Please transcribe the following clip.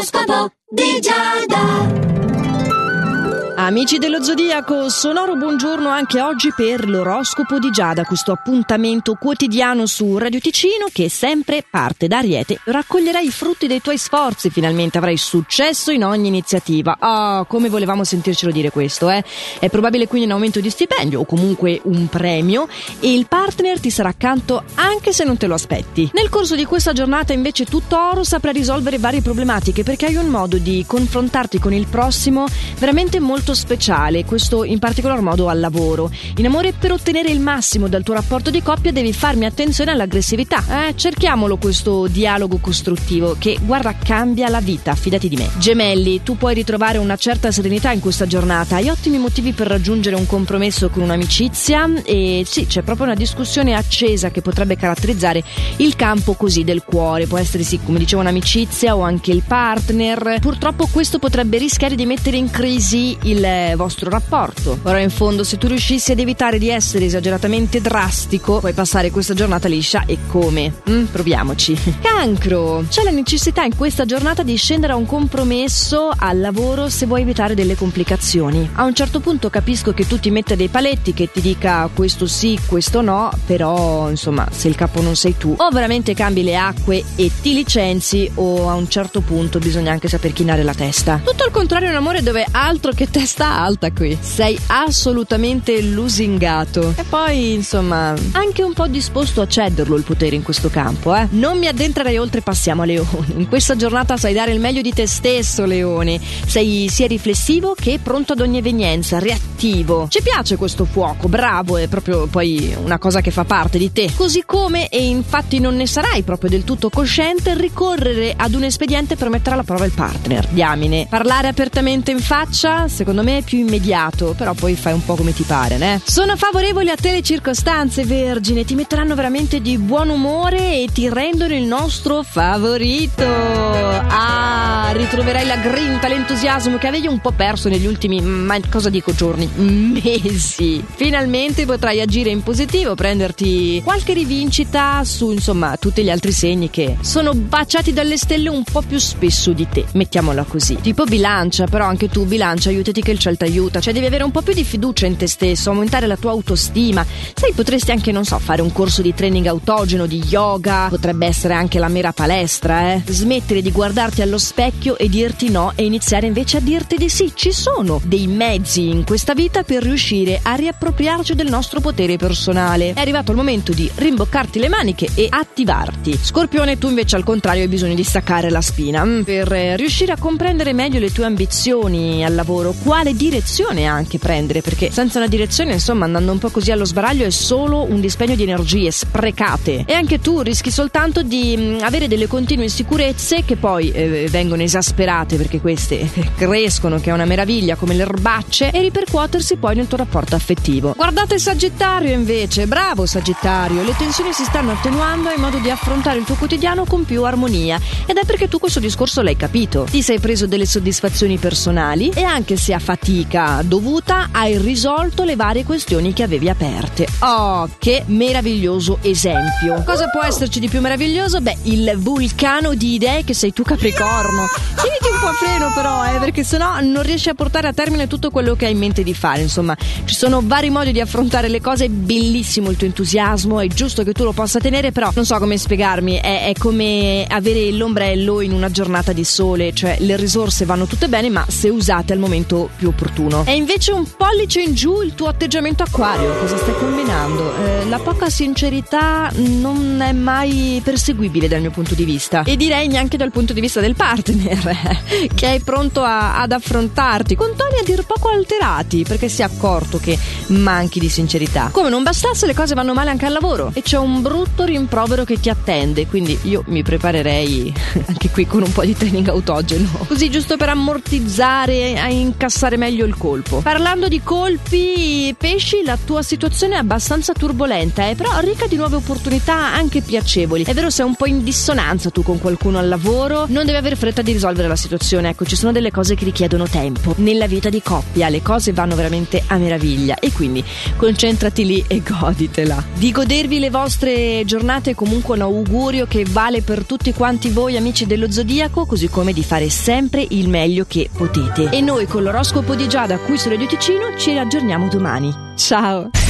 L'oroscopo di Giada. Amici dello Zodiaco, sonoro buongiorno anche oggi per l'oroscopo di Giada, questo appuntamento quotidiano su Radio Ticino che sempre parte da Ariete. Raccoglierai i frutti dei tuoi sforzi, finalmente avrai successo in ogni iniziativa. Come volevamo sentircelo dire questo, eh? È probabile quindi un aumento di stipendio o comunque un premio e il partner ti sarà accanto anche se non te lo aspetti. Nel corso di questa giornata invece tu Toro saprai risolvere varie problematiche perché hai un modo di confrontarti con il prossimo veramente molto speciale, questo in particolar modo al lavoro. In amore, per ottenere il massimo dal tuo rapporto di coppia devi farmi attenzione all'aggressività. Cerchiamolo questo dialogo costruttivo che, guarda, cambia la vita, fidati di me. Gemelli, tu puoi ritrovare una certa serenità in questa giornata, hai ottimi motivi per raggiungere un compromesso con un'amicizia e sì, c'è proprio una discussione accesa che potrebbe caratterizzare il campo così del cuore. Può essere sì, come dicevo, un'amicizia o anche il partner. Purtroppo questo potrebbe rischiare di mettere in crisi il vostro rapporto. Ora, in fondo, se tu riuscissi ad evitare di essere esageratamente drastico, puoi passare questa giornata liscia. E come? Proviamoci. Cancro, c'è la necessità in questa giornata di scendere a un compromesso al lavoro se vuoi evitare delle complicazioni. A un certo punto capisco che tu ti metta dei paletti, che ti dica questo sì, questo no, però insomma, se il capo non sei tu, o veramente cambi le acque e ti licenzi, o a un certo punto bisogna anche saper chinare la testa. Tutto il contrario in amore, dove altro che testa alta qui. Sei assolutamente lusingato. E poi, insomma, anche un po' disposto a cederlo il potere in questo campo, eh? Non mi addentrerei oltre, passiamo a Leone. In questa giornata sai dare il meglio di te stesso, Leone. Sei sia riflessivo che pronto ad ogni evenienza, reattivo. Ci piace questo fuoco, bravo, è proprio poi una cosa che fa parte di te. Così come, e infatti non ne sarai proprio del tutto cosciente, ricorrere ad un espediente per mettere alla prova il partner. Diamine. Parlare apertamente in faccia, secondo me è più immediato, però poi fai un po' come ti pare, né? Sono favorevoli a te le circostanze, Vergine, ti metteranno veramente di buon umore e ti rendono il nostro favorito. Ritroverai la grinta, l'entusiasmo che avevi un po' perso negli ultimi, giorni, mesi. Finalmente potrai agire in positivo, prenderti qualche rivincita su, insomma, tutti gli altri segni che sono baciati dalle stelle un po' più spesso di te, mettiamola così. Tipo Bilancia, però anche tu, Bilancia, aiutati che il cielo ti aiuta, cioè devi avere un po' più di fiducia in te stesso, aumentare la tua autostima. Sai, potresti anche, non so, fare un corso di training autogeno, di yoga, potrebbe essere anche la mera palestra, Smettere di guardarti allo specchio e dirti no e iniziare invece a dirti di sì. Ci sono dei mezzi in questa vita per riuscire a riappropriarci del nostro potere personale. È arrivato il momento di rimboccarti le maniche e attivarti. Scorpione, tu invece al contrario hai bisogno di staccare la spina per riuscire a comprendere meglio le tue ambizioni al lavoro, quale direzione anche prendere, perché senza una direzione, insomma, andando un po' così allo sbaraglio è solo un dispendio di energie sprecate e anche tu rischi soltanto di avere delle continue insicurezze che poi vengono esasperate, perché queste crescono, che è una meraviglia, come le erbacce, e ripercuotersi poi nel tuo rapporto affettivo. Guardate Sagittario invece, bravo Sagittario, le tensioni si stanno attenuando in modo di affrontare il tuo quotidiano con più armonia, ed è perché tu questo discorso l'hai capito. Ti sei preso delle soddisfazioni personali e anche se a fatica dovuta hai risolto le varie questioni che avevi aperte. Che meraviglioso esempio. Cosa può esserci di più meraviglioso? Il vulcano di idee che sei tu, Capricorno. Tieniti un po' a freno però, perché sennò non riesci a portare a termine tutto quello che hai in mente di fare. Insomma, ci sono vari modi di affrontare le cose, è bellissimo il tuo entusiasmo, è giusto che tu lo possa tenere, però non so come spiegarmi, è come avere l'ombrello in una giornata di sole, cioè le risorse vanno tutte bene, ma se usate al momento più opportuno. È invece un pollice in giù il tuo atteggiamento Acquario. Cosa stai combinando? La poca sincerità non è mai perseguibile dal mio punto di vista, e direi neanche dal punto di vista del partner che è pronto ad affrontarti con toni a dir poco alterati perché si è accorto che manchi di sincerità. Come non bastasse, le cose vanno male anche al lavoro e c'è un brutto rimprovero che ti attende, quindi io mi preparerei anche qui con un po' di training autogeno, così giusto per ammortizzare, a incassare controllare meglio il colpo. Parlando di colpi, Pesci, la tua situazione è abbastanza turbolenta, però ricca di nuove opportunità anche piacevoli. È vero, sei un po' in dissonanza tu con qualcuno al lavoro, non devi avere fretta di risolvere la situazione. Ecco, ci sono delle cose che richiedono tempo. Nella vita di coppia le cose vanno veramente a meraviglia e quindi concentrati lì e goditela. Di godervi le vostre giornate comunque un augurio che vale per tutti quanti voi amici dello Zodiaco, così come di fare sempre il meglio che potete. E noi con l'oroscopo di Giada qui su Radio Ticino ci aggiorniamo domani. Ciao!